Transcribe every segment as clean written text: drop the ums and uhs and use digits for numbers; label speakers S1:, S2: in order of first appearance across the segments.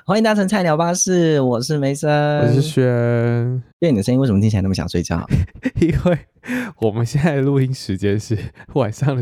S1: 欢迎搭乘菜鸟巴士，我是梅森，
S2: 我是轩。
S1: 因为你的声音为什么听起来那么想睡觉？
S2: 因为我们现在的录音时间是晚上的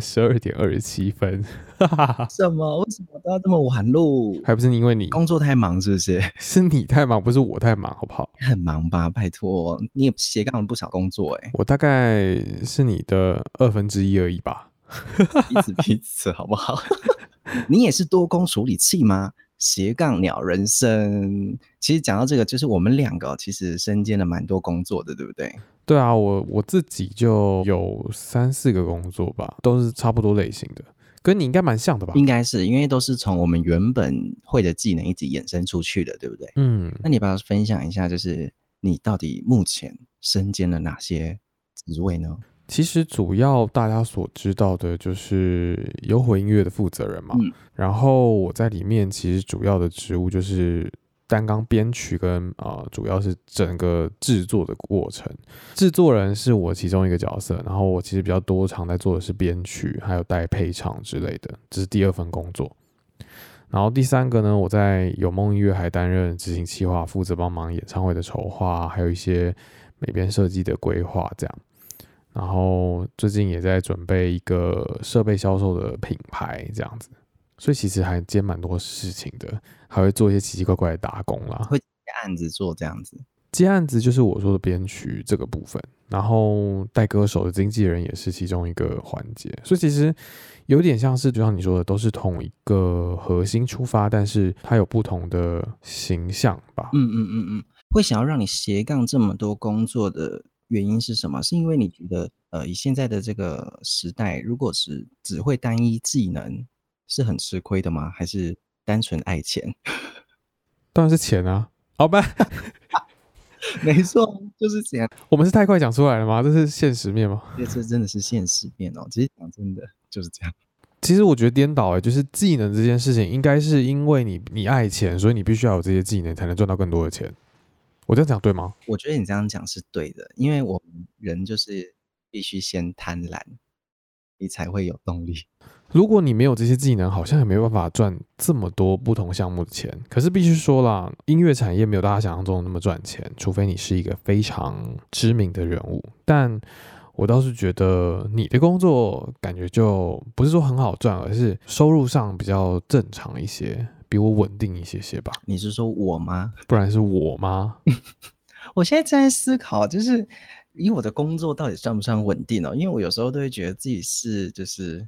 S2: 12:27。
S1: 什么？为什么都要这么晚录？
S2: 还不是因为你
S1: 工作太忙是不是？
S2: 是你太忙，不是我太忙，好不好？
S1: 很忙吧，拜托，你也斜杠了不少工作
S2: 我大概是你的1/2而已吧。
S1: 彼此好不好？你也是多工处理器吗？斜杠鸟人生。其实讲到这个，就是我们两个其实身兼了蛮多工作的，对不对？
S2: 对啊，我自己就有3-4个工作吧，都是差不多类型的，跟你应该蛮像的吧？
S1: 应该是，因为都是从我们原本会的技能一直衍生出去的，对不对？那你把它分享一下，就是你到底目前身兼了哪些职位呢？
S2: 其实主要大家所知道的就是优活音乐的负责人嘛，然后我在里面其实主要的职务就是担纲编曲跟主要是整个制作的过程。制作人是我其中一个角色，然后我其实比较多常在做的是编曲，还有带配唱之类的，这是第2份工作。然后第3个呢，我在有梦音乐还担任执行企划，负责帮忙演唱会的筹划，还有一些美编设计的规划这样。然后最近也在准备一个设备销售的品牌这样子，所以其实还兼蛮多事情的，还会做一些奇奇怪怪的打工啦，
S1: 会接案子做这样子。
S2: 接案子就是我说的编曲这个部分，然后带歌手的经纪人也是其中一个环节，所以其实有点像是就像你说的，都是同一个核心出发，但是它有不同的形象吧。
S1: 会想要让你斜杠这么多工作的原因是什么？是因为你觉得以现在的这个时代，如果是只会单一技能是很吃亏的吗？还是单纯爱钱？
S2: 当然是钱啊，好吧。
S1: 没错，就是钱。
S2: 我们是太快讲出来了吗？这是现实面吗？
S1: 这真的是现实面哦。其实讲真的就是这样。
S2: 其实我觉得颠倒就是技能这件事情，应该是因为你爱钱，所以你必须要有这些技能，才能赚到更多的钱。我这样讲对吗？
S1: 我觉得你这样讲是对的，因为我们人就是必须先贪婪，你才会有动力。
S2: 如果你没有这些技能，好像也没办法赚这么多不同项目的钱。可是必须说啦，音乐产业没有大家想象中的那么赚钱，除非你是一个非常知名的人物。但我倒是觉得你的工作感觉就不是说很好赚，而是收入上比较正常一些，比我稳定一些吧。
S1: 你是说我吗？
S2: 不然是我吗？
S1: 我现在正在思考，就是以我的工作到底算不算稳定哦？因为我有时候都会觉得自己是就是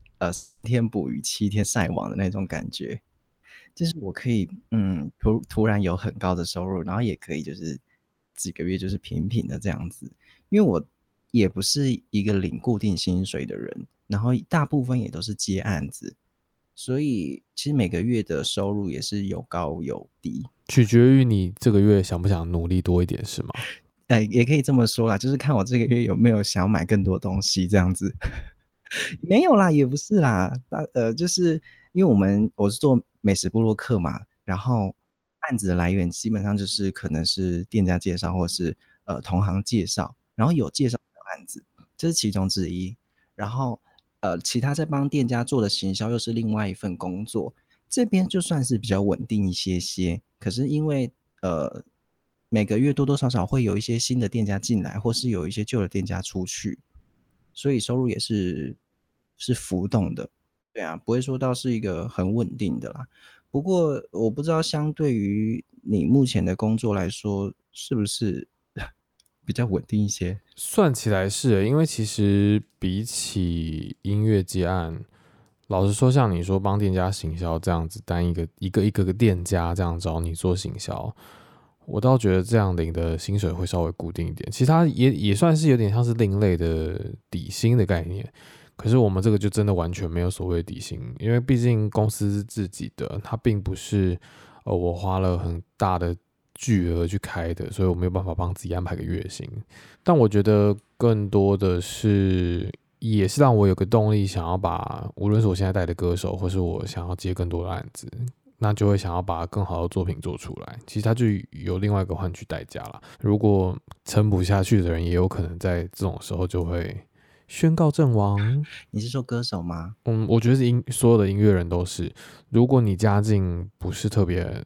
S1: 3天捕鱼7天晒网的那种感觉，就是我可以突然有很高的收入，然后也可以就是几个月就是平平的这样子，因为我也不是一个领固定薪水的人，然后大部分也都是接案子，所以其实每个月的收入也是有高有低。
S2: 取决于你这个月想不想努力多一点，是吗？
S1: 也可以这么说啦，就是看我这个月有没有想要买更多东西这样子。没有啦，也不是啦，就是因为我是做美食部落客嘛，然后案子的来源基本上就是可能是店家介绍或是同行介绍，然后有介绍的案子，这是其中之一。然后其他在帮店家做的行销又是另外一份工作，这边就算是比较稳定一些。可是因为每个月多多少少会有一些新的店家进来，或是有一些旧的店家出去，所以收入也是浮动的。对啊，不会说到是一个很稳定的啦。不过我不知道相对于你目前的工作来说，是不是比较稳定一些？
S2: 算起来是，因为其实比起音乐接案，老实说，像你说帮店家行销这样子，单一个店家这样找你做行销，我倒觉得这样领的薪水会稍微固定一点。其实它也算是有点像是另类的底薪的概念。可是我们这个就真的完全没有所谓底薪，因为毕竟公司是自己的，它并不是我花了很大的巨额去开的，所以我没有办法帮自己安排个月薪。但我觉得更多的是，也是让我有个动力，想要把无论是我现在带的歌手，或是我想要接更多的案子，那就会想要把更好的作品做出来。其实它就有另外一个换取代价啦。如果撑不下去的人，也有可能在这种时候就会宣告阵亡。
S1: 你是说歌手吗？
S2: 我觉得所有的音乐人都是，如果你家境不是特别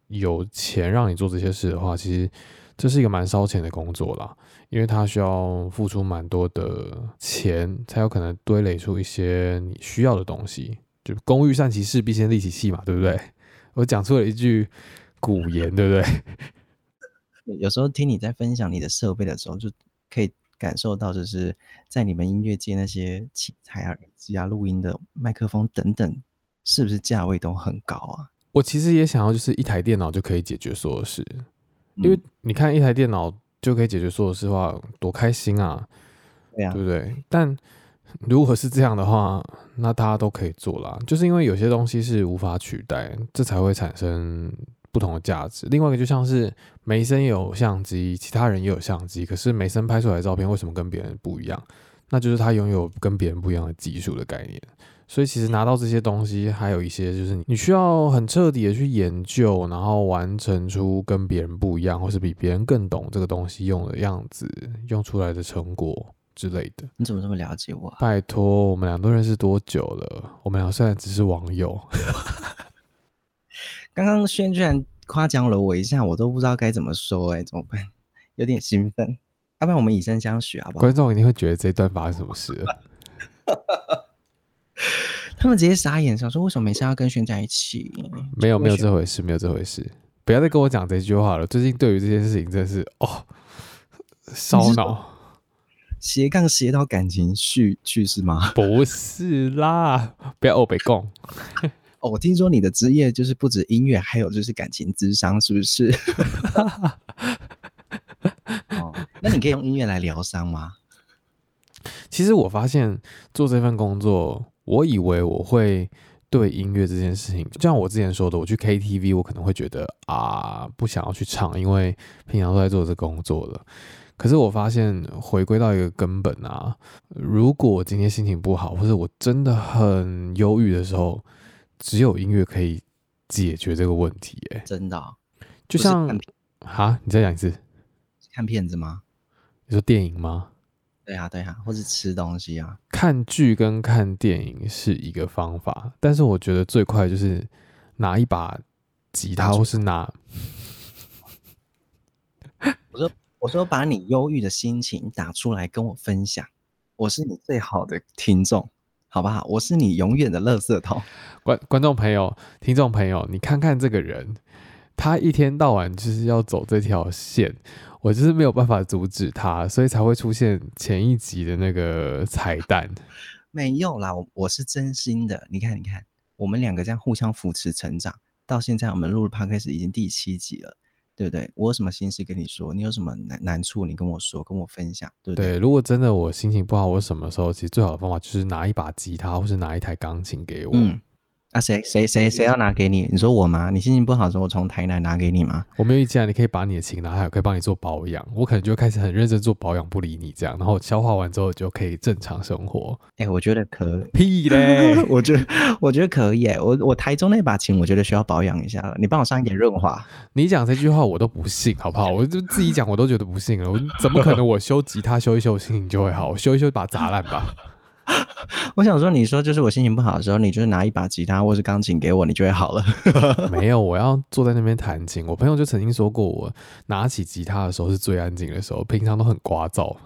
S2: 有钱让你做这些事的话，其实这是一个蛮烧钱的工作啦，因为它需要付出蛮多的钱，才有可能堆垒出一些你需要的东西。就工欲善其事，必先利其器嘛，对不对？我讲出了一句古言，对不对？
S1: 有时候听你在分享你的设备的时候，就可以感受到，就是在你们音乐界那些器材啊、耳机啊、录音的麦克风等等，是不是价位都很高啊？
S2: 我其实也想要，就是一台电脑就可以解决所有事，因为你看一台电脑就可以解决所有事的话，多开心啊！
S1: 对啊，
S2: 对不对？但如果是这样的话，那大家都可以做啦，就是因为有些东西是无法取代，这才会产生不同的价值。另外一个就像是梅森有相机，其他人也有相机，可是梅森拍出来的照片为什么跟别人不一样？那就是他拥有跟别人不一样的技术的概念。所以其实拿到这些东西，还有一些就是你需要很彻底的去研究，然后完成出跟别人不一样，或是比别人更懂这个东西用的样子，用出来的成果之类的。
S1: 你怎么这么了解我啊？
S2: 拜托，我们俩都认识多久了？我们俩虽然只是网友。
S1: 刚刚轩居然夸奖了我一下，我都不知道该怎么说，怎么办？有点兴奋。要不然我们以身相许好不好？
S2: 观众一定会觉得这一段发生什么事了。
S1: 他们直接傻眼，想说为什么没事要跟轩在一起？
S2: 没有这回事，没有这回事。不要再跟我讲这句话了。最近对于这件事情真的是烧脑。
S1: 斜杠斜到感情去是吗？
S2: 不是啦，不要北共。
S1: 我听说你的职业就是不止音乐，还有就是感情咨商，是不是？那你可以用音乐来疗伤吗？
S2: 其实我发现做这份工作，我以为我会对音乐这件事情，就像我之前说的，我去 KTV 我可能会觉得不想要去唱，因为平常都在做这工作了。可是我发现回归到一个根本如果我今天心情不好，或者我真的很忧郁的时候，只有音乐可以解决这个问题
S1: 真的
S2: 就像你再讲一次。
S1: 看片子吗？
S2: 你说电影吗？
S1: 对啊，或是吃东西啊。
S2: 看剧跟看电影是一个方法，但是我觉得最快就是拿一把吉他，或是拿
S1: 我说把你忧郁的心情打出来跟我分享，我是你最好的听众，好不好？我是你永远的垃圾桶。
S2: 观众朋友、听众朋友，你看看这个人，他一天到晚就是要走这条线，我就是没有办法阻止他，所以才会出现前一集的那个彩蛋。
S1: 没有啦，我是真心的。你看，我们两个这样互相扶持成长，到现在我们录的 podcast 已经第7集了。对不对？我有什么心事跟你说？你有什么难处，你跟我说，跟我分享，对不对？
S2: 对，如果真的我心情不好，我什么时候其实最好的方法就是拿一把吉他，或是拿一台钢琴给我。
S1: 谁要拿给你？你说我吗？你心情不好的时候，我从台南拿给你吗？
S2: 我没有意见，你可以把你的琴拿来，可以帮你做保养。我可能就会开始很认真做保养，不理你这样，然后消化完之后就可以正常生活。
S1: 我觉得可以。
S2: 屁嘞！
S1: 我觉得可以我台中那把琴，我觉得需要保养一下了。你帮我上一点润滑。
S2: 你讲这句话我都不信，好不好？我就自己讲我都觉得不信了。我怎么可能我修吉他修一修心情就会好？我修一修把它砸烂吧。
S1: 我想说，你说就是我心情不好的时候，你就是拿一把吉他或是钢琴给我，你就会好了。
S2: 没有，我要坐在那边弹琴。我朋友就曾经说过，我拿起吉他的时候是最安静的时候，平常都很聒噪。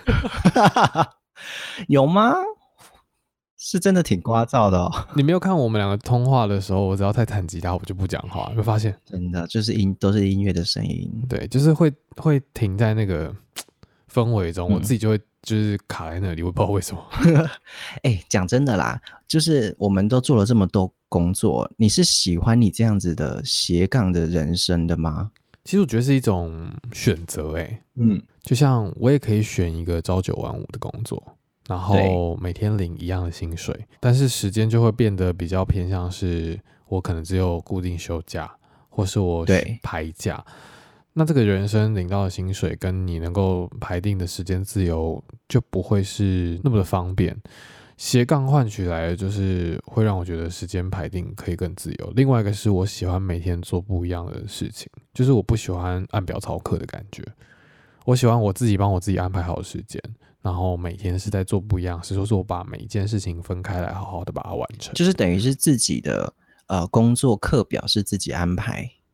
S1: 有吗？是真的挺聒噪的
S2: 你没有看我们两个通话的时候，我只要在弹吉他，我就不讲话，有没有发现？
S1: 真的就是都是音乐的声音。
S2: 对，就是会停在那个氛围中，我自己就会就是卡在那里，我不知道为什么。
S1: 讲真的啦，就是我们都做了这么多工作，你是喜欢你这样子的斜杠的人生的吗？
S2: 其实我觉得是一种选择就像我也可以选一个朝9晚5的工作，然后每天领一样的薪水，但是时间就会变得比较偏向是我可能只有固定休假，或是我排假。那这个人生领到的薪水跟你能够排定的时间自由就不会是那么的方便。斜杠换取来的就是会让我觉得时间排定可以更自由。另外一个是我喜欢每天做不一样的事情，就是我不喜欢按表操课的感觉，我喜欢我自己帮我自己安排好时间，然后每天是在做不一样的事，说是我把每一件事情分开来，好好的把它完成，
S1: 就是等于是自己的工作课表是自己安排。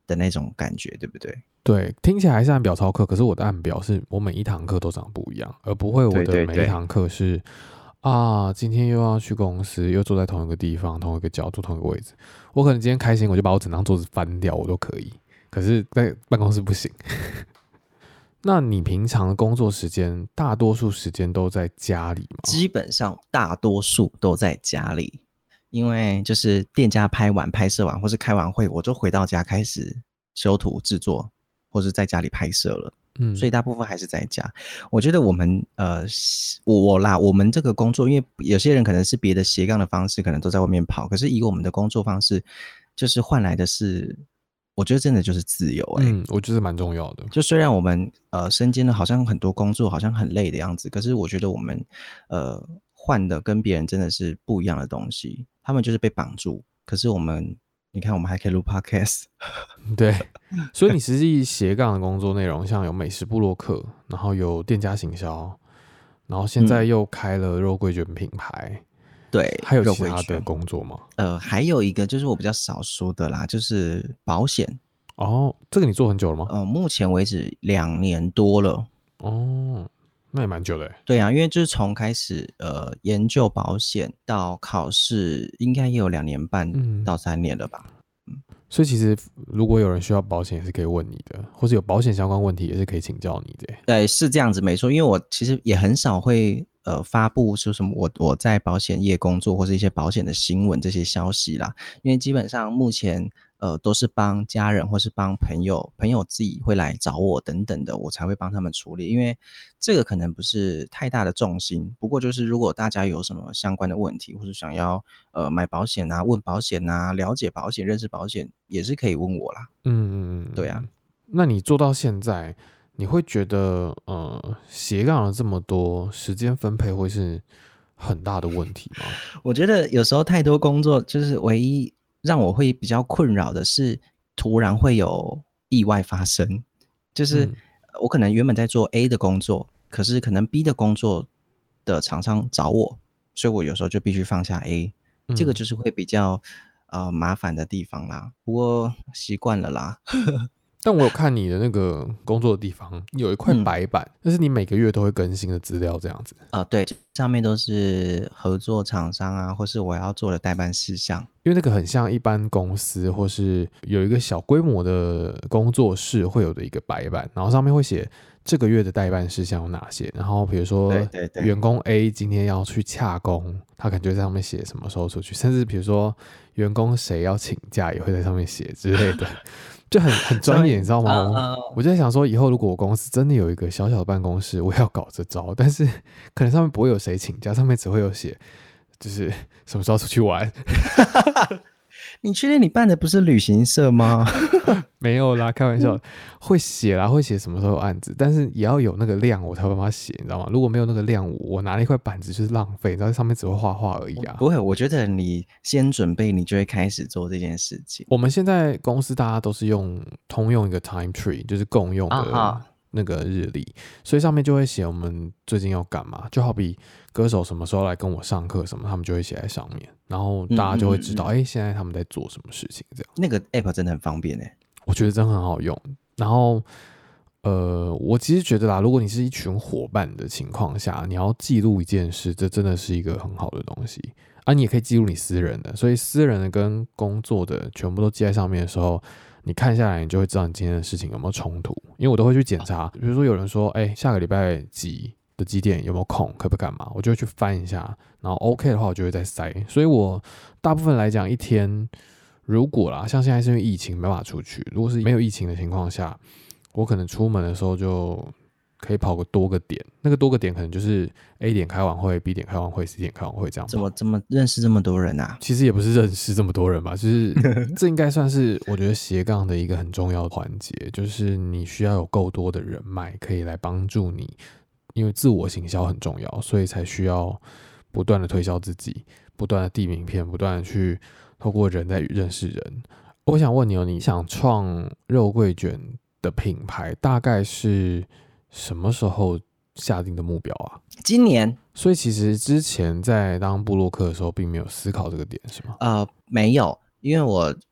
S1: 的那种感觉，对不对？
S2: 对，听起来还是按表操课，可是我的按表是我每一堂课都长不一样，而不会我的每一堂课是今天又要去公司，又坐在同一个地方、同一个角度、同一个位置。我可能今天开心，我就把我整张桌子翻掉，我都可以。可是，在办公室不行。那你平常的工作时间，大多数时间都在家里吗？
S1: 基本上大多数都在家里，因为就是店家拍摄完，或是开完会，我就回到家开始修图制作，或是在家里拍摄了。所以大部分还是在家。我觉得我们我们这个工作，因为有些人可能是别的斜杠的方式，可能都在外面跑，可是以我们的工作方式，就是换来的是，我觉得真的就是自由。
S2: 我觉得蛮重要的。
S1: 就虽然我们身兼的好像很多工作，好像很累的样子，可是我觉得我们换的跟别人真的是不一样的东西。他们就是被绑住，可是我们你看我们还可以录 podcast。
S2: 对，所以你实际斜杠的工作内容，像有美食部落客，然后有店家行销，然后现在又开了肉桂卷品牌。
S1: 对，
S2: 还有其他的工作吗？
S1: 还有一个就是我比较少说的啦，就是保险。
S2: 这个你做很久了吗？
S1: 目前为止2年多了。
S2: 那也蛮久的。
S1: 对啊，因为就是从开始研究保险到考试，应该也有2年半到3年了吧。
S2: 所以其实如果有人需要保险，也是可以问你的，或者有保险相关问题，也是可以请教你的。
S1: 对，是这样子，没错。因为我其实也很少会发布说什么我在保险业工作，或是一些保险的新闻这些消息啦。因为基本上目前都是帮家人或是帮朋友自己会来找我等等的，我才会帮他们处理。因为这个可能不是太大的重心，不过就是如果大家有什么相关的问题，或是想要买保险啊、问保险啊、了解保险、认识保险，也是可以问我啦。对啊。
S2: 那你做到现在，你会觉得斜杠了这么多，时间分配会是很大的问题吗？
S1: 我觉得有时候太多工作，就是唯一让我会比较困扰的是，突然会有意外发生。就是我可能原本在做 A 的工作，可是可能 B 的工作的厂商找我，所以我有时候就必须放下 A。这个就是会比较麻烦的地方啦。不过习惯了啦。
S2: 但我有看你的那个工作的地方有一块白板，那是你每个月都会更新的资料这样子。
S1: 对，上面都是合作厂商啊，或是我要做的代办事项。
S2: 因为那个很像一般公司或是有一个小规模的工作室会有的一个白板，然后上面会写这个月的代办事项有哪些，然后比如说员工 A 今天要去洽公，他可能就在上面写什么时候出去，甚至比如说员工谁要请假也会在上面写之类的。就很专业，你知道吗？我就在想说，以后如果我公司真的有一个小小的办公室，我也要搞这招，但是可能上面不会有谁请假，上面只会有写，就是什么时候出去玩。
S1: 你确定你办的不是旅行社吗？
S2: 没有啦，开玩笑，会写啦，会写什么时候有案子，但是也要有那个量，我才有办法写，你知道吗？如果没有那个量，我拿了一块板子就是浪费，然后上面只会画画而已啊。
S1: 不会，我觉得你先准备，你就会开始做这件事情。
S2: 我们现在公司大家都是通用一个 time tree， 就是共用的那个日历，所以上面就会写我们最近要干嘛，就好比歌手什么时候来跟我上课什么，他们就会写在上面，然后大家就会知道，现在他们在做什么事情，这样。
S1: 那个 app 真的很方便
S2: 我觉得真的很好用。然后，我其实觉得啦，如果你是一群伙伴的情况下，你要记录一件事，这真的是一个很好的东西啊。你也可以记录你私人的，所以私人的跟工作的全部都记在上面的时候，你看下来，你就会知道你今天的事情有没有冲突。因为我都会去检查，比如说有人说，下个礼拜几的几点有没有空，可不可以干嘛，我就会去翻一下，然后 OK 的话，我就会再塞。所以我大部分来讲，一天如果啦，像现在是因为疫情没办法出去，如果是没有疫情的情况下，我可能出门的时候就可以跑个多个点，那个多个点可能就是 A 点开完会 B 点开完会 C 点开完会这样。
S1: 怎么认识这么多人啊？
S2: 其实也不是认识这么多人吧，就是这应该算是我觉得斜杠的一个很重要的环节，就是你需要有够多的人脉可以来帮助你，因为自我行销很重要，所以才需要不断的推销自己，不断的递名片，不断的去透过人在认识人。我想问你你想创肉桂卷的品牌大概是什么时候下定的目标啊？
S1: 今年。
S2: 所以其实之前在当部落客的时候并没有思考这个点是吗？
S1: 没有，因为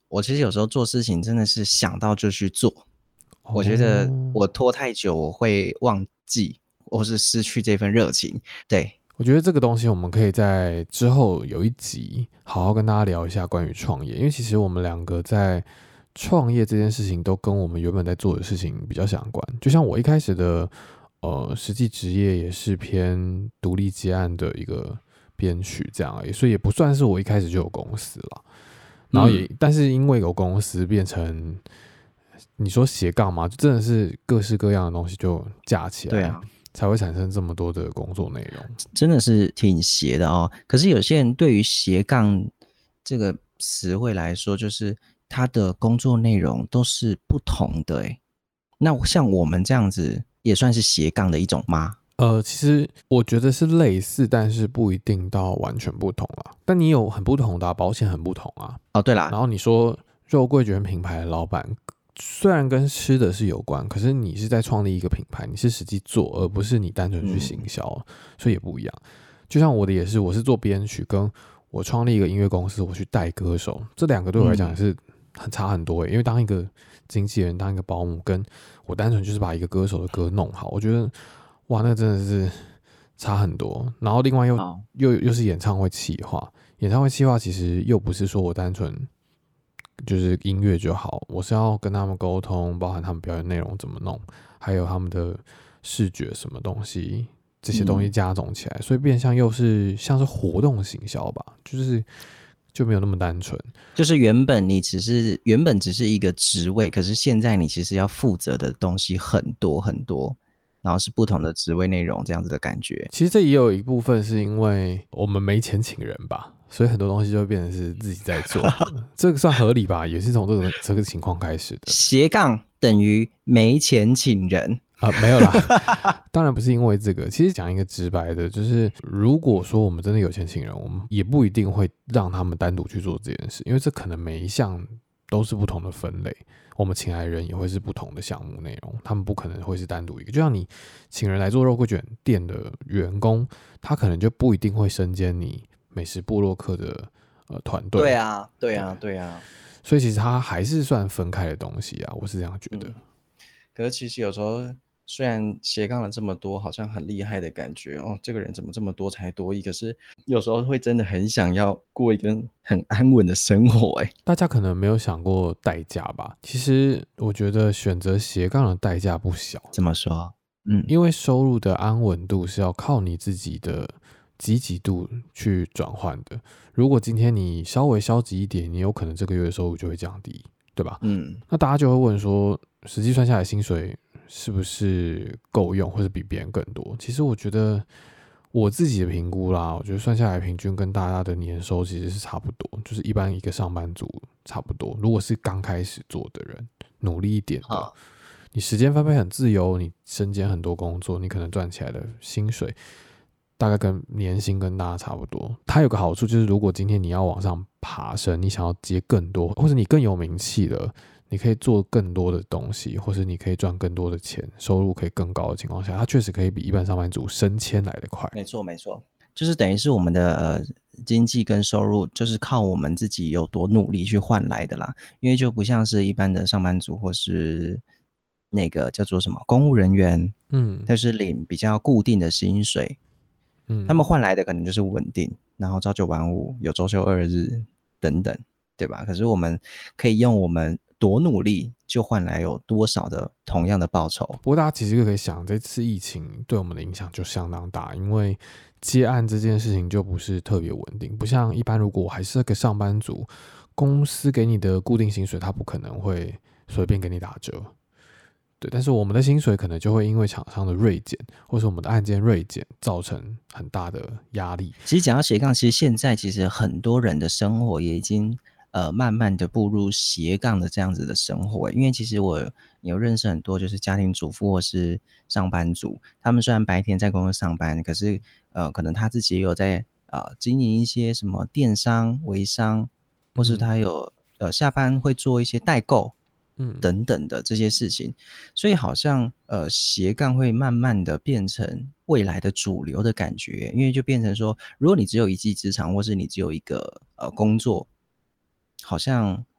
S1: 我其实有时候做事情真的是想到就去做，我觉得
S2: 哦，
S1: 我拖太久我会忘记或是失去这份热情。对，
S2: 我觉得这个东西我们可以在之后有一集好好跟大家聊一下关于创业，因为其实我们两个在创业这件事情都跟我们原本在做的事情比较相关。就像我一开始的实际职业也是偏独立接案的一个编曲这样而已，所以也不算是我一开始就有公司了。然后也，但是因为有公司变成你说斜杠嘛，就真的是各式各样的东西就架起来，
S1: 对啊，
S2: 才会产生这么多的工作内容。
S1: 真的是挺斜的哦。可是有些人对于斜杠这个词汇来说，就是他的工作内容都是不同的诶。那像我们这样子也算是斜杠的一种吗？
S2: 其实我觉得是类似，但是不一定到完全不同啦。但你有很不同的保险很不同啊。
S1: 哦，对啦，
S2: 然后你说肉桂卷品牌的老板，虽然跟吃的是有关，可是你是在创立一个品牌，你是实际做，而不是你单纯去行销，所以也不一样。就像我的也是，我是做编曲，跟我创立一个音乐公司，我去带歌手，这两个对我来讲也是很差很多因为当一个经纪人，当一个保姆，跟我单纯就是把一个歌手的歌弄好，我觉得哇，那真的是差很多。然后另外又是演唱会企划，演唱会企划其实又不是说我单纯就是音乐就好，我是要跟他们沟通，包含他们表演内容怎么弄，还有他们的视觉什么东西，这些东西加总起来，所以变相又是像是活动行销吧，就没有那么单纯。
S1: 就是原本只是一个职位，可是现在你其实要负责的东西很多很多，然后是不同的职位内容这样子的感觉。
S2: 其实这也有一部分是因为我们没钱请人吧，所以很多东西就会变成是自己在做，这个算合理吧？也是从这个情况开始的。
S1: 斜杠等于没钱请人。
S2: 没有啦，当然不是因为这个。其实讲一个直白的，就是如果说我们真的有钱请人，我们也不一定会让他们单独去做这件事，因为这可能每一项都是不同的分类。我们请来的人也会是不同的项目内容，他们不可能会是单独一个。就像你请人来做肉桂卷店的员工，他可能就不一定会身兼你美食部落客的团队。
S1: 对啊，对啊，对啊。
S2: 所以其实它还是算分开的东西啊，我是这样觉得。
S1: 可是其实有时候虽然斜杠了这么多，好像很厉害的感觉哦，这个人怎么这么多才多艺？可是有时候会真的很想要过一个很安稳的生活。
S2: 大家可能没有想过代价吧？其实我觉得选择斜杠的代价不小。
S1: 怎么说？
S2: 因为收入的安稳度是要靠你自己的积极度去转换的。如果今天你稍微消极一点，你有可能这个月的收入就会降低，对吧？那大家就会问说，实际算下来薪水是不是够用，或者比别人更多？其实我觉得我自己的评估啦，我觉得算下来平均跟大家的年收其实是差不多，就是一般一个上班族差不多。如果是刚开始做的人，努力一点的，你时间分配很自由，你身兼很多工作，你可能赚起来的薪水大概跟年薪跟大家差不多。它有个好处就是，如果今天你要往上爬升，你想要接更多，或者你更有名气了，你可以做更多的东西，或是你可以赚更多的钱，收入可以更高的情况下，它确实可以比一般上班族升迁来得快。
S1: 没错，没错，就是等于是我们的经济跟收入，就是靠我们自己有多努力去换来的啦。因为就不像是一般的上班族或是那个叫做什么公务人员，他是领比较固定的薪水，他们换来的可能就是稳定，然后朝九晚五，有周休2日等等，对吧？可是我们可以用我们多努力，就换来有多少的同样的报酬。
S2: 不过大家其实就可以想，这次疫情对我们的影响就相当大，因为接案这件事情就不是特别稳定，不像一般如果我还是个上班族，公司给你的固定薪水，它不可能会随便给你打折。对，但是我们的薪水可能就会因为厂商的锐减，或是我们的案件锐减，造成很大的压力。
S1: 其实讲到斜杠，其实现在其实很多人的生活也已经慢慢的步入斜杠的这样子的生活。因为其实我有认识很多就是家庭主妇或是上班族，他们虽然白天在公司上班，可是可能他自己也有在经营一些什么电商、微商，或是他有下班会做一些代购。等等的这些事情，所以好像斜杠会慢慢的变成未来的主流的感觉。因为就变成说，如果你只有一技之长，或是你只有一个工作，好像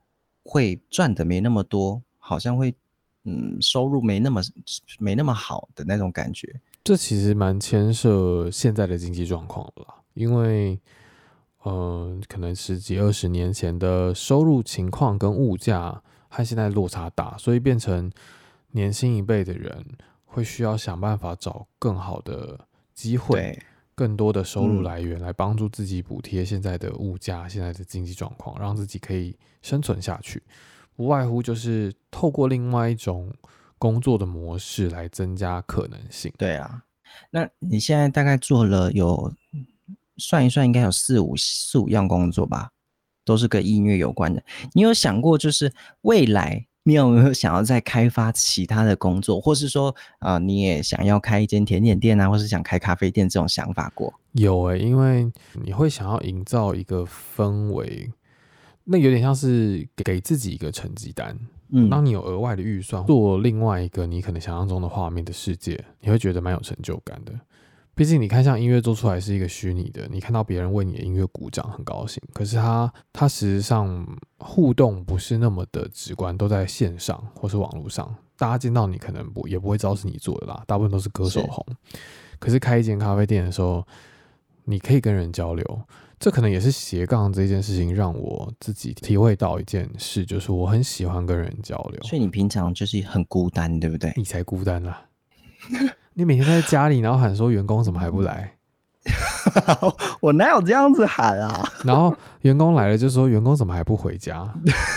S1: 会赚的没那么多，好像会收入没那么好的那种感觉。
S2: 这其实蛮牵涉现在的经济状况了啦，因为可能10几20年前的收入情况跟物价和现在落差大，所以变成年轻一辈的人会需要想办法找更好的机会，更多的收入来源来帮助自己补贴现在的物价、现在的经济状况，让自己可以生存下去。不外乎就是透过另外一种工作的模式来增加可能性。
S1: 对啊，那你现在大概做了算一算应该有四五样工作吧，都是跟音乐有关的。你有想过就是未来你有没有想要再开发其他的工作，或是说你也想要开一间甜点店啊，或是想开咖啡店这种想法过？
S2: 有因为你会想要营造一个氛围，那有点像是给自己一个成绩单。当你有额外的预算做另外一个你可能想象中的画面的世界，你会觉得蛮有成就感的。毕竟你看像音乐做出来是一个虚拟的，你看到别人为你的音乐鼓掌很高兴，可是它实际上互动不是那么的直观，都在线上或是网络上，大家见到你可能也不会知道是你做的啦，大部分都是歌手红。可是开一间咖啡店的时候，你可以跟人交流，这可能也是斜杠这件事情让我自己体会到一件事，就是我很喜欢跟人交流。
S1: 所以你平常就是很孤单，对不对？
S2: 你才孤单啦！你每天在家里，然后喊说员工怎么还不来？
S1: 我哪有这样子喊啊？
S2: 然后员工来了就说员工怎么还不回家？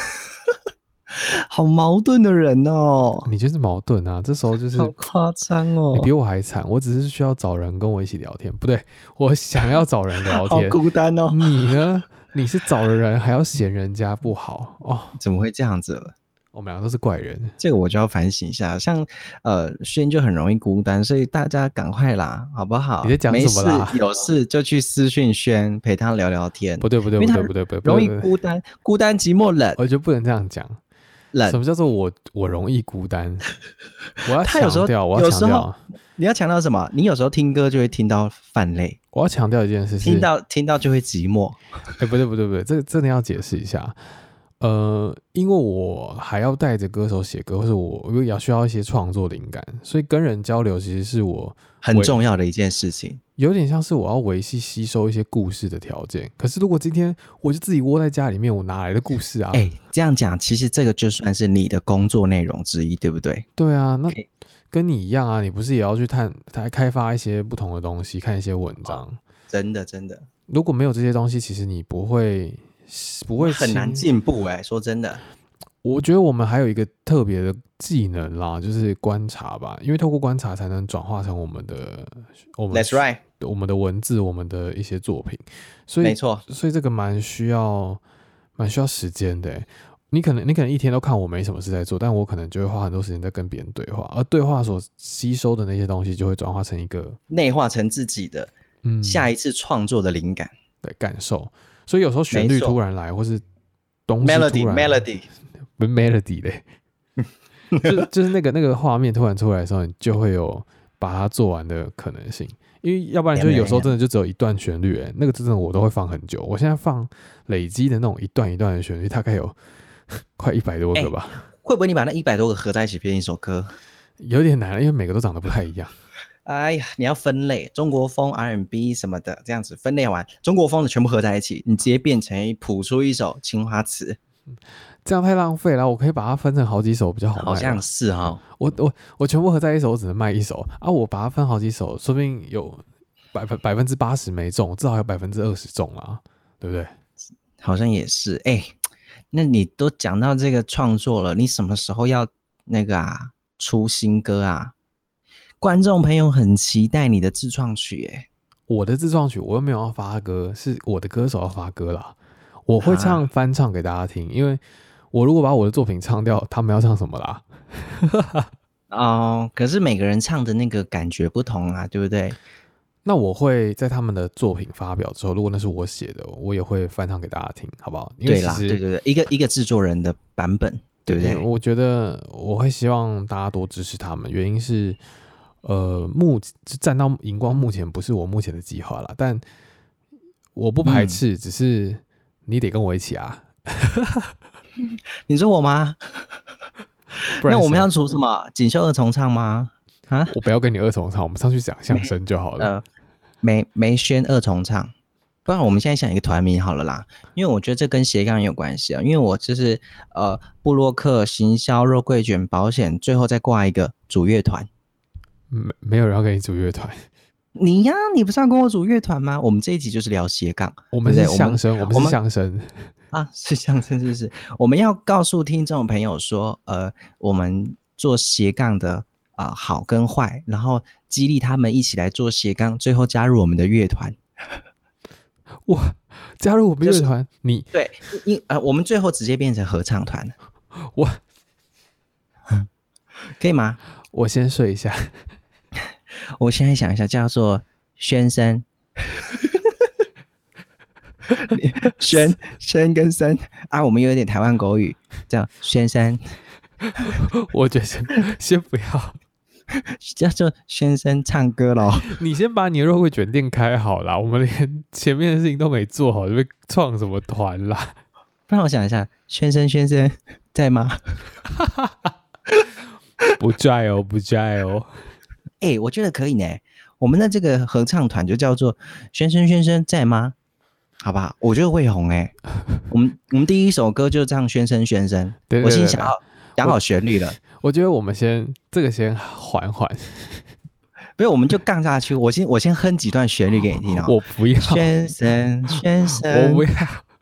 S1: 好矛盾的人哦！
S2: 你就是矛盾啊！这时候就是
S1: 好夸张哦！
S2: 你比我还惨，我只是需要找人跟我一起聊天，不对，我想要找人聊天。
S1: 好孤单哦！
S2: 你呢？你是找了人还要嫌人家不好哦？
S1: 怎么会这样子了？
S2: 我们两个都是怪人，
S1: 这个我就要反省一下。像轩就很容易孤单，所以大家赶快啦，好不好？
S2: 你在讲什么啦？
S1: 没事有事就去私讯轩，陪他聊聊天。
S2: 不对，
S1: 容易孤单，孤单寂寞冷。
S2: 我觉得不能这样讲。什么叫做我容易孤单？我要强调，
S1: 有时候你要强调什么？你有时候听歌就会听到泛泪。
S2: 我要强调一件事是，
S1: 听到就会寂寞。
S2: 不对，这个真的要解释一下。因为我还要带着歌手写歌，或者我也需要一些创作灵感，所以跟人交流其实是我
S1: 很重要的一件事情，
S2: 有点像是我要维系吸收一些故事的条件。可是如果今天我就自己窝在家里面，我哪来的故事啊？
S1: 这样讲，其实这个就算是你的工作内容之一，对不对？
S2: 对啊，那跟你一样啊，你不是也要去开发一些不同的东西，看一些文章？
S1: 真的，
S2: 如果没有这些东西，其实你不会
S1: 很难进步。说真的。
S2: 我觉得我们还有一个特别的技能啦，就是观察吧，因为透过观察才能转化成我们的
S1: That's right，
S2: 我们的文字，我们的一些作品。所以
S1: 没错，
S2: 所以这个蛮需要时间的。你可能一天都看我没什么事在做，但我可能就会花很多时间在跟别人对话，而对话所吸收的那些东西就会转化成一个
S1: 内化成自己的下一次创作的灵感，
S2: 对感受。所以有时候旋律突然来，或是东西突然 melody 嘞，就是那个画面突然出来的时候，你就会有把它做完的可能性。因为要不然就有时候真的就只有一段旋律，那个真的我都会放很久。我现在放累积的那种一段一段的旋律，大概有快100多个吧。
S1: 会不会你把那100多个合在一起变一首歌？
S2: 有点难，因为每个都长得不太一样。
S1: 哎呀，你要分类，中国风、R&B 什么的，这样子分类完，中国风的全部合在一起，你直接变成谱出一首青花瓷。
S2: 这样太浪费了，我可以把它分成好几首比较好卖。
S1: 好像是哈，
S2: 我全部合在一首，我只能卖一首啊！我把它分好几首，说不定有80%没中，至少有20%中啦，对不对？
S1: 好像也是。那你都讲到这个创作了，你什么时候要那个出新歌啊？观众朋友很期待你的自创曲
S2: 我的自创曲我又没有要发歌，是我的歌手要发歌啦。我会翻唱给大家听，因为我如果把我的作品唱掉，他们要唱什么啦？
S1: 可是每个人唱的那个感觉不同啊，对不对？
S2: 那我会在他们的作品发表之后，如果那是我写的，我也会翻唱给大家听，好不好？因为
S1: 对啦，对，一个制作人的版本，对不对？
S2: 我觉得我会希望大家多支持他们，原因是站到荧光目前不是我目前的计划啦，但我不排斥，只是你得跟我一起啊。
S1: 你说我吗？
S2: 不然谁
S1: 那我们要出什么锦绣二重唱吗？啊，
S2: 我不要跟你二重唱，我们上去讲相声就好了。
S1: 梅轩二重唱，不然我们现在想一个团名好了啦，因为我觉得这跟斜杠有关系啊，因为我就是部落客、行销、肉桂卷、保险，最后再挂一个主乐团。
S2: 没有人要跟你组乐团，
S1: 你呀，你不是要跟我组乐团吗？我们这一集就是聊斜杠，
S2: 我们是相声，我们是相声
S1: 啊，是相声，是不是？我们要告诉听众朋友说，我们做斜杠的好跟坏，然后激励他们一起来做斜杠，最后加入我们的乐团。
S2: 哇，加入我们乐团，你
S1: 对，我们最后直接变成合唱团，
S2: 我
S1: 可以吗？
S2: 我先睡一下。
S1: 我现在想一下，叫做宣声，宣跟声啊，我们有点台湾国语，叫宣声。
S2: 我觉得先不要，
S1: 叫做宣声唱歌咯。
S2: 你先把你的肉桂卷店开好啦，我们连前面的事情都没做好，就被创什么团啦？
S1: 不然我想一下，宣声在吗？
S2: 不在哦，不在哦。
S1: 我觉得可以呢。我们的这个合唱团就叫做宣声在吗？好不好？我觉得会红我们第一首歌就唱宣声。
S2: 对，
S1: 我心想好旋律了。
S2: 我觉得我们先缓缓，
S1: 不是，我们就杠下去。我先哼几段旋律给你听哦。
S2: 我不要
S1: 宣声，
S2: 我不要。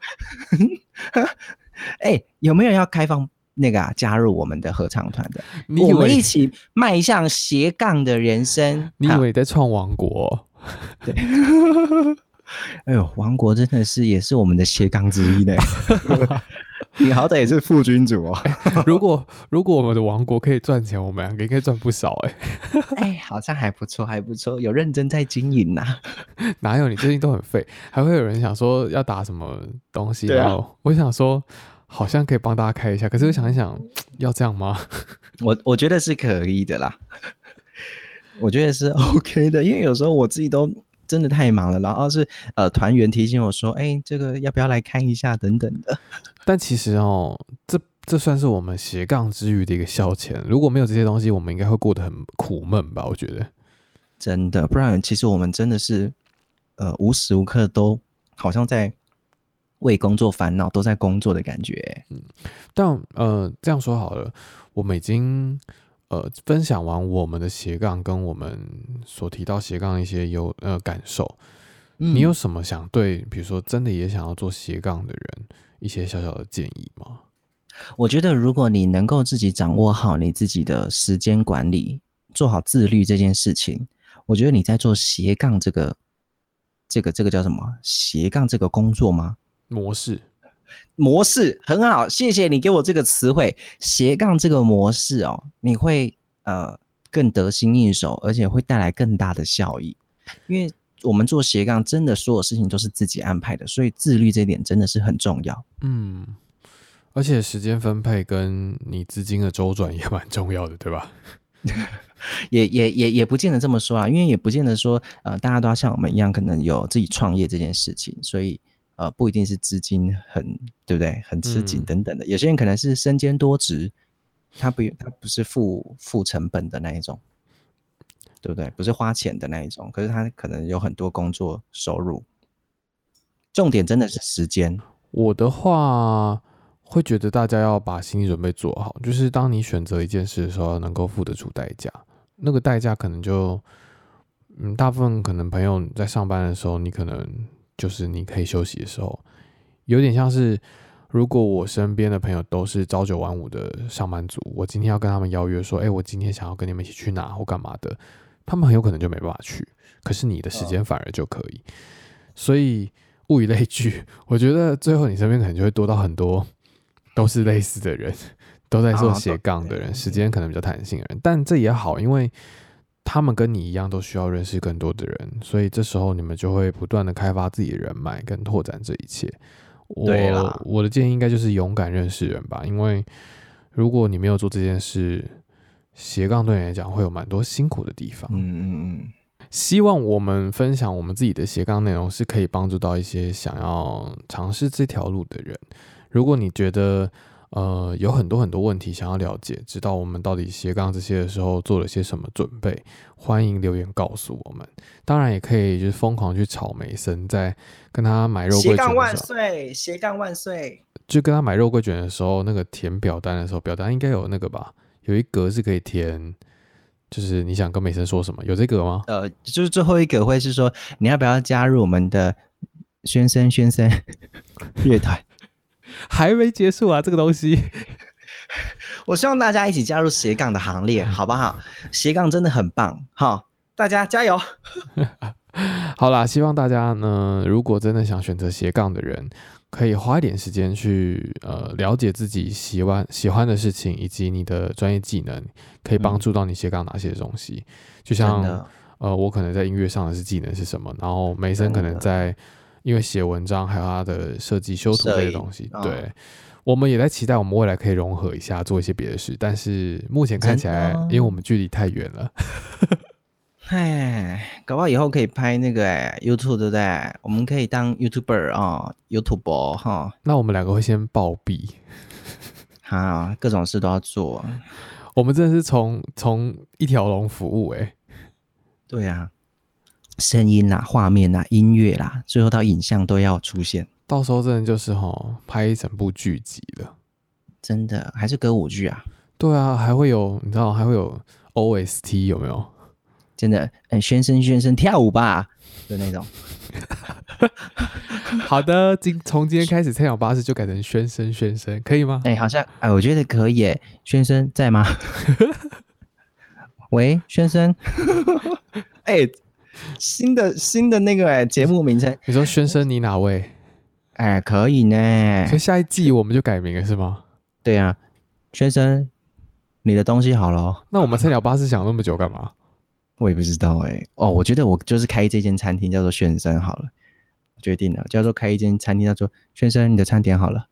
S1: 有没有要开放那个加入我们的合唱团的？我们一起迈向斜杠的人生。
S2: 你以为你在创王国？
S1: 对。哎呦，王国真的也是我们的斜杠之一呢。你好歹也是副君主哦。
S2: 如果我们的王国可以赚钱，我们两个应该赚不少
S1: 好像还不错，有认真在经营呐。
S2: 哪有，你最近都很废，还会有人想说要打什么东西，然后我想说好像可以帮大家开一下，可是我想一想，要这样吗？
S1: 我觉得是可以的啦，我觉得是 OK 的，因为有时候我自己都真的太忙了，然后是团员提醒我说，这个要不要来看一下等等的。
S2: 但其实这算是我们斜杠之余的一个消遣。如果没有这些东西，我们应该会过得很苦闷吧？我觉得
S1: 真的，不然其实我们真的是无时无刻都好像在为工作烦恼，都在工作的感觉。
S2: 但这样说好了，我们已经分享完我们的斜杠跟我们所提到斜杠的一些感受。你有什么想对比如说真的也想要做斜杠的人一些小小的建议吗？
S1: 我觉得如果你能够自己掌握好你自己的时间管理，做好自律这件事情，我觉得你在做斜杠这个叫什么？斜杠这个工作吗？模式很好，谢谢你给我这个词汇。斜杠这个模式你会更得心应手，而且会带来更大的效益。因为我们做斜杠真的所有事情都是自己安排的，所以自律这点真的是很重要。
S2: 而且时间分配跟你资金的周转也蛮重要的，对吧？
S1: 也不见得这么说啊，因为也不见得说大家都要像我们一样可能有自己创业这件事情，所以不一定是资金对不对，很吃紧等等的。有些人可能是身兼多职，他不是付成本的那一种，对不对？不是花钱的那一种，可是他可能有很多工作收入。重点真的是时间。
S2: 我的话会觉得大家要把心理准备做好，就是当你选择一件事的时候，能够付得出代价。那个代价可能就大部分可能朋友在上班的时候，你可能就是你可以休息的时候，有点像是如果我身边的朋友都是朝九晚五的上班族，我今天要跟他们邀约说我今天想要跟你们一起去哪或干嘛的，他们很有可能就没办法去，可是你的时间反而就可以。所以物以类聚，我觉得最后你身边可能就会多到很多都是类似的人，都在做斜杠的人，时间可能比较弹性的人，但这也好，因为他们跟你一样都需要认识更多的人，所以这时候你们就会不断的开发自己的人脉跟拓展这一切。我的建议应该就是勇敢认识人吧，因为如果你没有做这件事，斜杠对你来讲会有蛮多辛苦的地方。希望我们分享我们自己的斜杠内容是可以帮助到一些想要尝试这条路的人。如果你觉得有很多很多问题想要了解，知道我们到底斜杠这些的时候做了些什么准备，欢迎留言告诉我们。当然也可以就是疯狂去炒美森，在跟他买肉桂卷的时候，
S1: 斜杠万岁，斜杠万岁。
S2: 就跟他买肉桂卷的时候，那个填表单的时候，表单应该有那个吧，有一格是可以填，就是你想跟美森说什么，有这格吗？
S1: 就是最后一个会是说你要不要加入我们的宣声乐团。
S2: 还没结束啊，这个东西。
S1: 我希望大家一起加入斜杠的行列，好不好？斜杠真的很棒，好，大家加油！
S2: 好啦，希望大家呢，如果真的想选择斜杠的人，可以花一点时间去了解自己喜欢的事情，以及你的专业技能，可以帮助到你斜杠哪些东西。就像我可能在音乐上的技能是什么，然后梅森可能在因为写文章还有他的设计修图这些东西，对，我们也在期待我们未来可以融合一下，做一些别的事，但是目前看起来，因为我们距离太远了。
S1: 哎，搞不好以后可以拍那个YouTube， 对不对？我们可以当 YouTuber 啊，YouTuber 哈。
S2: 那我们两个会先暴毙，
S1: 好，各种事都要做。
S2: 我们真的是从一条龙服务
S1: 对啊，声音啦、画面啦、音乐啦，最后到影像都要出现。
S2: 到时候真的就是拍一整部剧集了。
S1: 真的还是歌舞剧啊？
S2: 对啊，还会有你知道还会有 OST 有没有？
S1: 真的，宣声跳舞吧的那种。
S2: 好的，从今天开始，菜鸟巴士就改成宣声，可以吗？
S1: 好像我觉得可以耶。宣声在吗？喂，宣声。新的那个节目名称。
S2: 你说宣声你哪位？
S1: 可以呢。
S2: 所以下一季我们就改名了是吗？
S1: 对啊，宣声，你的东西好了。
S2: 那我们菜鸟巴士想那么久干嘛？
S1: 我也不知道我觉得我就是开这间餐厅叫做宣声好了，决定了，叫做开一间餐厅叫做宣声，你的餐点好了。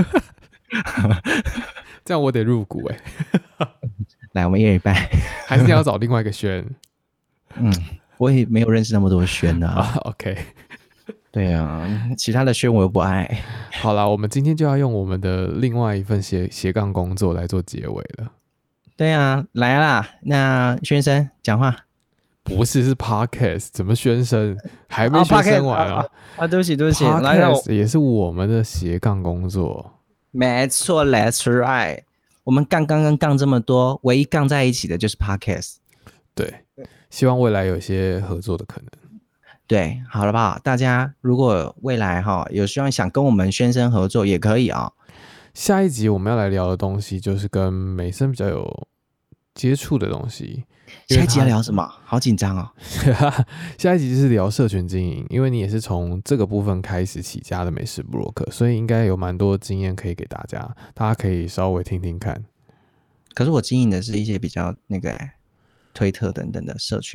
S2: 这样我得入股
S1: 来，我们一人一半。
S2: 还是要找另外一个宣？
S1: 我也没有认识那么多宣啊。
S2: OK，
S1: 对啊，其他的宣我又不爱。
S2: 好啦，我们今天就要用我们的另外一份斜杠工作来做结尾了。
S1: 对啊，来啦，那宣声讲话。
S2: 不是 podcast， 怎么宣声？还没宣声完
S1: 对不起
S2: podcast 也是我们的斜杠工作。
S1: 没错 ，That's right。我们杠跟杠这么多，唯一杠在一起的就是 podcast。
S2: 对，希望未来有一些合作的可能。
S1: 对，好了吧？大家如果未来有希望想跟我们宣声合作，也可以啊。
S2: 下一集我们要来聊的东西，就是跟美声比较有接触的东西。
S1: 下一集要聊什么？好紧张哦。
S2: 下一集就是聊社群经营，因为你也是从这个部分开始起家的美食部落客，所以应该有蛮多经验可以给大家，大家可以稍微听听看。
S1: 可是我经营的是一些比较那个推特等等的社群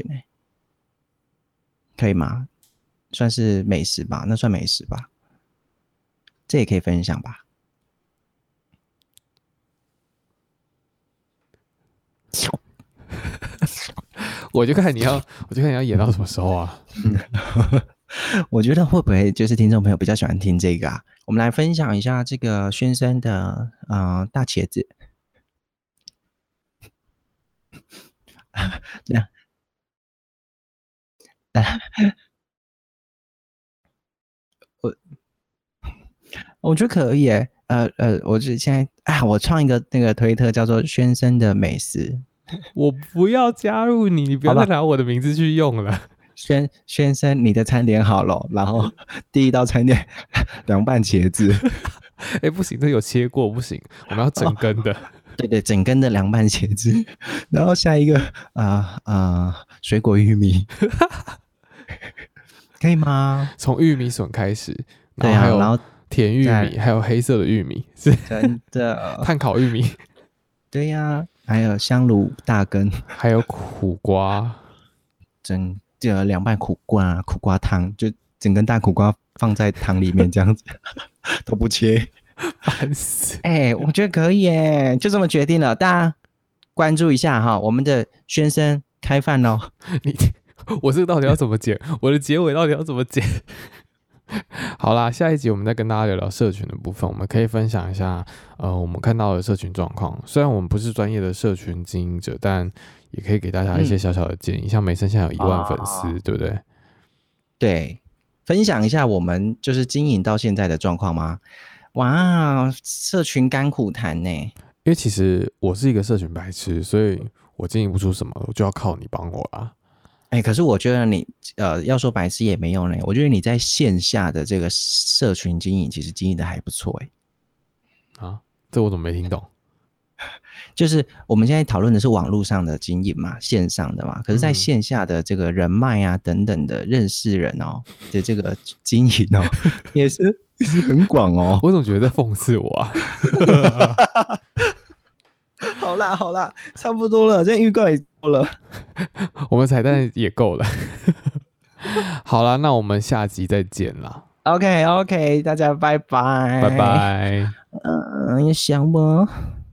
S1: 可以吗？算是美食吧，那算美食吧，这也可以分享吧。
S2: 我就看你要演到什么时候啊？
S1: 我觉得会不会就是听众朋友比较喜欢听这个啊？我们来分享一下这个宣声的大茄子。我觉得可以我觉得现在我创一个那个推特叫做宣声的美食。
S2: 我不要加入你，你不要再拿我的名字去用了。
S1: 宣声，你的餐点好了，然后第一道餐点凉拌茄子。
S2: 不行，这有切过，不行，我们要整根的。
S1: 对，整根的凉拌茄子。然后下一个水果玉米。可以吗？
S2: 从玉米笋开始，
S1: 对啊，然后
S2: 甜玉米，还有黑色的玉米，
S1: 真的
S2: 炭烤玉米。
S1: 对呀，还有香炉大根，
S2: 还有苦瓜，
S1: 凉拌苦瓜汤，就整根大苦瓜放在汤里面这样子，都不切，
S2: 烦死！
S1: 我觉得可以耶，就这么决定了，大家关注一下哈，我们的宣声开饭咯。
S2: 我这个到底要怎么剪？我的结尾到底要怎么剪？ 好啦，下一集我们再跟大家聊聊社群的部分，我们可以分享一下我们看到的社群状况。虽然我们不是专业的社群经营者，但也可以给大家一些小小的建议。像梅森现在有1万粉丝，对不对？
S1: 对，分享一下我们就是经营到现在的状况吗？哇，社群甘苦谈呢。
S2: 因为其实我是一个社群白痴，所以我经营不出什么，我就要靠你帮我啦。
S1: 可是我觉得你要说白痴也没用呢。我觉得你在线下的这个社群经营，其实经营的还不错
S2: 啊，这我怎么没听懂？
S1: 就是我们现在讨论的是网络上的经营嘛，线上的嘛，可是在线下的这个人脉啊等等的认识人的这个经营也是很广哦。
S2: 我总觉得在讽刺我啊。
S1: 好啦，差不多了，这预告也够了，
S2: 我们彩蛋也够了。好啦，那我们下集再见啦。
S1: OK， 大家拜拜，
S2: 拜拜。
S1: 你想我。